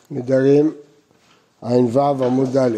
נדרים, ע"ו עמוד א'.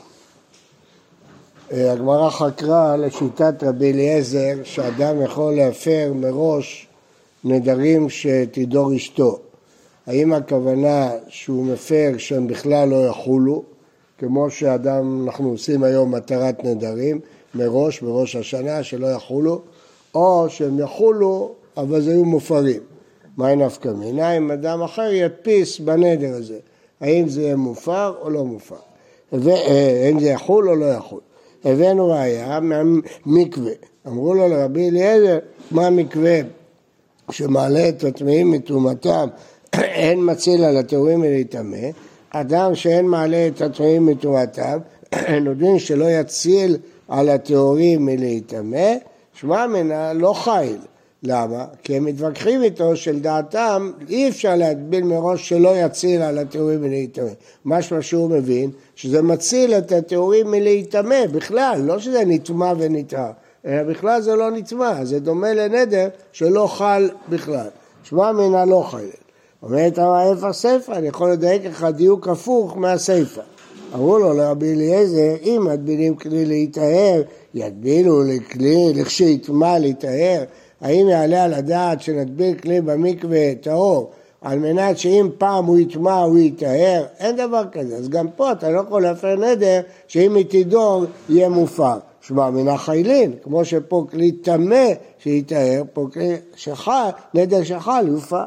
הגמרא חקרה לשיטת רבי אליעזר שאדם יכול להפר מראש נדרים שתידור אשתו. האם הכוונה שהוא מפר שהם בכלל לא יחולו, כמו אנחנו עושים היום מטרת נדרים מראש השנה שלא יחולו, או שהם יחולו אבל זה היו מופרים. מה נפקא מינה? אם אדם אחר ידפיס בנדר הזה, האם זה יהיה מופר או לא מופר, האם זה יחול או לא יחול. הבאנו ראיה מהמקווה, אמרו לו לרבי אליעזר, מה המקווה שמעלה את הטמאים מטומאתם, אין מציל על הטהורים מלהיטמא, אדם שאין מעלה את הטמאים מטומאתם, נודעים שלא יציל על הטהורים מלהיטמא, שמע מנה לא חיל. למה? כי הם מתווכחים איתו של דעתם, אי אפשר להדביל מראש שלא יציל על הטהורים מלהיטמא. משהו שהוא מבין, שזה מציל את הטהורים מלהיטמא בכלל, לא שזה נטמא ונטהר, אלא בכלל זה לא נטמא, זה דומה לנדר שלא חל בכלל. שמע מנה לא חייל. אומרת איפה הספר? אני יכול לדייק לך דיוק הפוך מהספר. אמרו לו לרבי אליעזר, אם מדבילים כלי להיטהר, ידבילו לכלי לכשיטמא להיטהר. האם יעלה על הדעת שנדביל כלי במקווה טהור, על מנת שאם פעם הוא יטמא הוא יטהר? אין דבר כזה. אז גם פה אתה לא יכול להפר נדר שאם היא תידור יהיה מופר. שמע מנה חיילין, כמו שפה כלי טמא שיטהר, פה כלי שחל, נדר שחל יופר.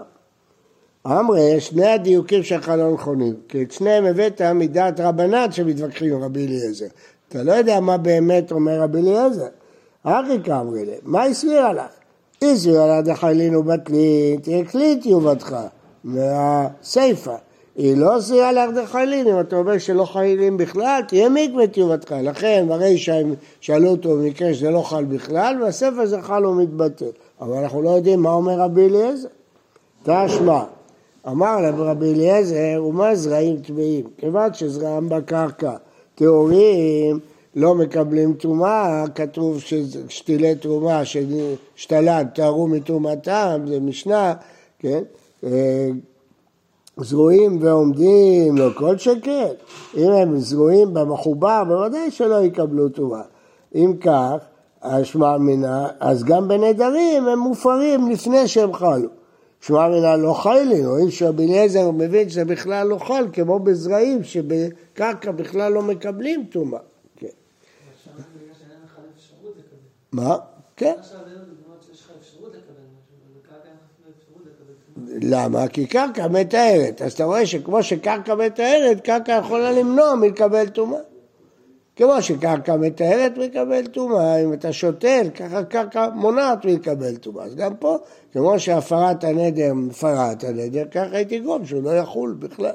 אמרי, שני הדיוקים שלך לא נכונים, כי את שניהם הבאת מדעת רבנן שמתווכחים עם רבי אליעזר. אתה לא יודע מה באמת אומר רבי אליעזר. אריקה אמרי לי, מה הסבירה לך? הסבירה לה דחיילין ובטלין, תהיה כלי תיובתך, מהסייפה. היא לא הסבירה לך דחיילין, אם אתה אומר שלא חיילים בכלל, תהיה מקווה תיובתך. לכן, ברי שהם שאלו אותו במקרה שזה לא חל בכלל, והספר זה חל ומתבטל. אבל אנחנו לא יודעים מה אומר רבי אליעזר. תשמע. אמר לרבי אליעזר, ומה זרעים טמאים? כיוון שזרעם בקרקע טהורים לא מקבלים טומאה, כתוב ששתילי טומאה ששתלת טהרו מטומאתם, זה משנה, כן? זרועים ועומדים, לא כל שכן. אם הם זרועים במחובר, בוודאי שלא יקבלו טומאה. אם כך, השמע מנה, אז גם בנדרים הם מופרים לפני שהם חלו. שמע מנה לא חיילין, רואים שרבי אליעזר מבין שזה בכלל לא חל, כמו בזרעים שבקרקע בכלל לא מקבלים טומאה. כן. מה? כן. למה? כי קרקע מתארת. אז אתה רואה שכמו שקרקע מתארת, קרקע יכולה למנוע מלקבל טומאה. כמו שקרקע מתארת מקבל טומאה, אם אתה שותל, ככה קרקע מונעת מקבל טומאה. אז גם פה, כמו שהפרת הנדר מפרת הנדר, ככה היא תגרום שהוא לא יחול בכלל.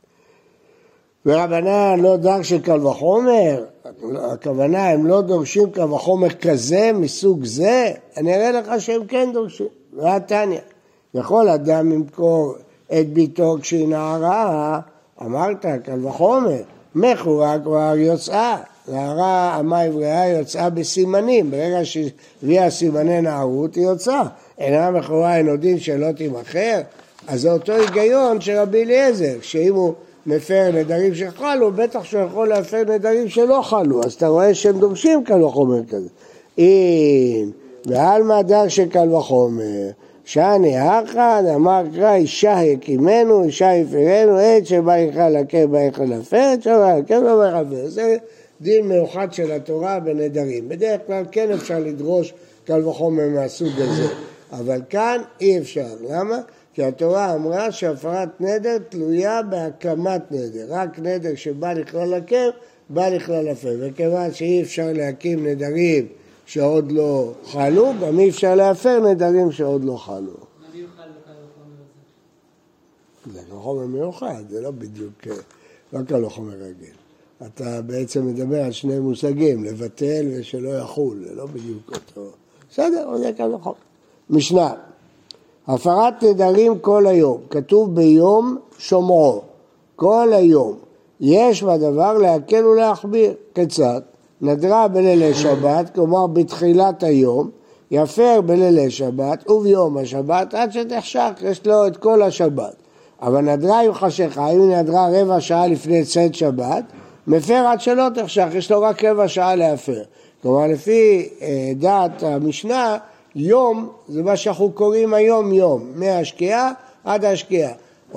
ורבנן לא דרש קל וחומר, הכוונה הם לא דורשים קל וחומר כזה, מסוג זה, אני אראה לך שהם כן דורשים. והתניא, יכול אדם למכור את ביתו כשהיא נערה, אמרת קל וחומר, מכורה כבר יוצאה. נערה אמה עברייה יוצאה בסימנים, ברגע שהביאה סימני נערות היא יוצאה, אינה מכורה אין עודין שלא תימכר, אז זה אותו היגיון של רבי אליעזר, שאם הוא מפר נדרים שחלו, בטח שהוא יכול להפר נדרים שלא חלו, אז אתה רואה שהם דורשים קל וחומר כזה. אם ועל מהדר של קל וחומר, שאני אחד אמר קרא אישה יקימנו, אישה יפרנו, עת שבא יכל לקר, בא יכל להפר, עת שבא לקר, בא יכל להפר. זה דין מיוחד של התורה בנדרים. בדרך כלל כן אפשר לדרוש קל וחומר מהסוג הזה, אבל כאן אי אפשר. למה? כי התורה אמרה שהפרת נדר תלויה בהקמת נדר. רק נדר שבא לכלל לקר, בא לכלל להפר. וכיוון שאי אפשר להקים נדרים שעוד לא חלו, גם אי אפשר להפר נדרים שעוד לא חלו. מה מיוחד לקל וחומר הזה? זה קל וחומר מיוחד, זה לא בדיוק, לא קל וחומר רגיל. אתה בעצם מדבר על שני מושגים, לבטל ושלא יחול, זה לא בדיוק אותו. בסדר, זה קל וחומר. משנה, הפרת נדרים כל היום, כתוב ביום שומרו, כל היום. יש בדבר להקל ולהחמיר. כיצד? נדרה בלילי שבת, כלומר בתחילת היום, יפר בלילי שבת וביום השבת עד שתחשך, יש לו את כל השבת. אבל נדרה היא חשיכה, אם היא נדרה רבע שעה לפני צאת שבת, מפר עד שלא תחשך, יש לו רק רבע שעה להפר. כלומר, לפי דעת המשנה, יום זה מה שאנחנו קוראים היום יום, מהשקיעה עד השקיעה. או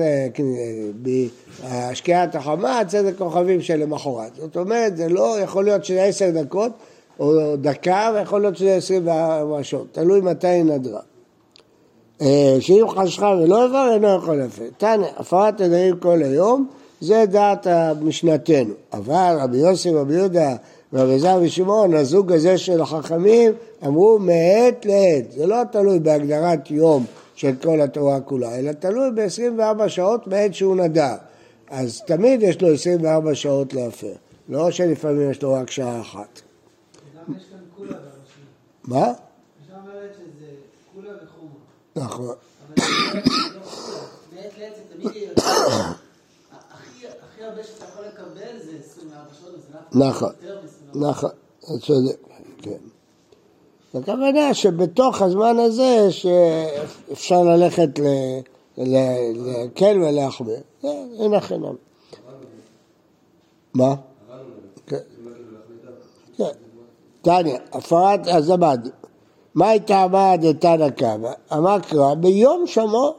השקיעת החמה, צאת הכוכבים שלמחרת. זאת אומרת, זה לא יכול להיות שזה 10 דקות או דקה, ויכול להיות שזה 24 שעות. תלוי מתי היא נדרה. שאם חשכה ולא עבר, אינו יכול להפר. תנא, הפרת נדרים כל היום, זה דעת משנתנו. אבל רבי יוסי, רבי יהודה, רבי זר ושמעון, הזוג הזה של החכמים, אמרו מעת לעת. זה לא תלוי בהגדרת יום של כל התורה כולה, אלא תלוי ב-24 שעות מעת שהוא נדר. אז תמיד יש לו 24 שעות להפר. לא שלפעמים יש לו רק שעה אחת. גם יש כאן כולה בראשי. מה? יש אומרת שזה כולה וחומה. נכון. אבל זה לא כולה. מעת לעת זה תמיד יהיה הכי הרבה שאתה יכול לקבל זה 24 שעות, וזה נכון, יותר מ-24 נכון, זה צודק, כן. הכוונה שבתוך הזמן הזה שאפשר ללכת להקל ולהחמיר, אין החינם. מה? כן. תניא, הפרת הזמד. מה הייתה אמרה דתנא קמא? אמר קרא ביום שמו,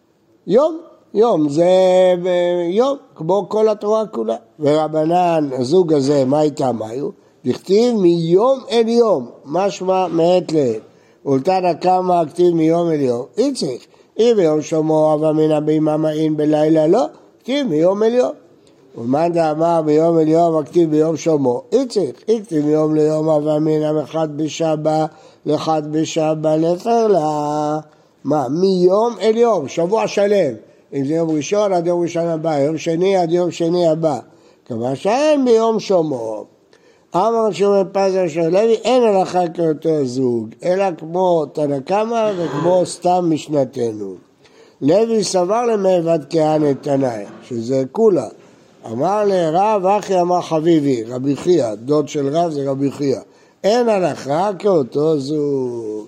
יום, זה יום, כמו כל התורה כולה. ורבנן, הזוג הזה, מה הייתה מאיו? דכתיב מיום אל יום, משמע מעת לעת. ולתנא קמא כתיב מיום אל יום. אי צריך. אם ביום שמו הווה אמינא בהמה מעין בלילה, לא. כתיב מיום אל יום. ומאן דאמר ביום אל יום, הכתיב ביום שמו. אי צריך. כתיב מיום ליום הווה אמינא מחד בשבא לחד בשבא לפר לה. מה? מיום אל יום, שבוע שלם. אם זה יום ראשון עד יום ראשון הבא, יום שני עד יום שני הבא. כמה שאין ביום שמו. אמר שמעון פזר של לוי, אין הלכה כאותו זוג, אלא כמו תנא קמא וכמו סתם משנתנו. לוי סבר למעבד כהנא תנאי, שזה כולה. אמר לרב אחי אמר חביבי, רבי חייא, דוד של רב זה רבי חייא. אין הלכה כאותו זוג.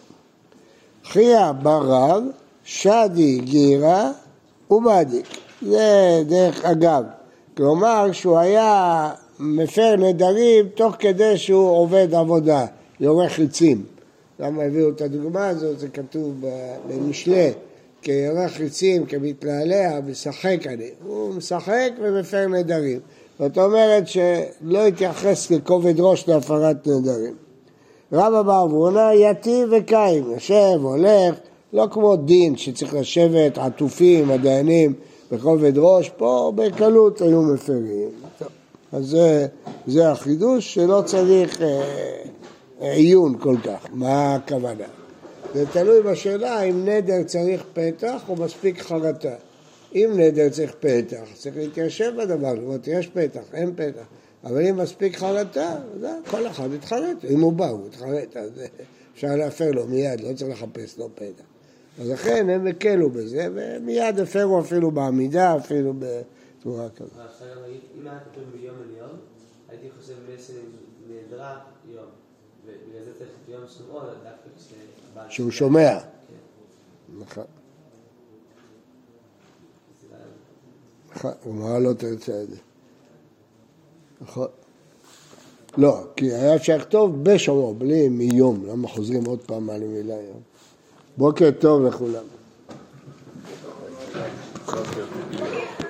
חייא בר רב, שדי גירה ובדיק. זה דרך אגב. כלומר שהוא היה מפר נדרים תוך כדי שהוא עובד עבודה, יורה חיצים. למה הביאו את הדוגמה הזאת? זה כתוב במשלי, כיורה חיצים, כמתנעלע, משחק אני. הוא משחק ומפר נדרים. זאת אומרת שלא התייחס לכובד ראש להפרת נדרים. רבא בר אברונה יתיב וקיים, יושב, הולך, לא כמו דין שצריך לשבת עטופים, הדיינים, בכובד ראש, פה בקלות היו מפרים. טוב. אז זה החידוש שלא צריך עיון כל כך. מה הכוונה? זה תלוי בשאלה אם נדר צריך פתח או מספיק חרטה. אם נדר צריך פתח, צריך להתיישב בדבר, זאת אומרת, יש פתח, אין פתח. אבל אם מספיק חרטה, כל אחד יתחרט. אם הוא בא, הוא יתחרט, אז אפשר להפר לו מיד, לא צריך לחפש לו פתח. אז לכן הם הקלו בזה, ומיד הפרו אפילו בעמידה, אפילו בצורה כזאת. אם היה כתוב ביום אל יום, הייתי חושב בעצם נדרה יום, ובגלל זה צריך יום שמוע, דווקא כשבא... שהוא שומע. נכון. נכון, גמרא לא תרצה את זה. נכון. לא, כי היה אפשר לכתוב בשומע, בלי מיום, למה חוזרים עוד פעם על המילה יום. בוקר טוב לכולם.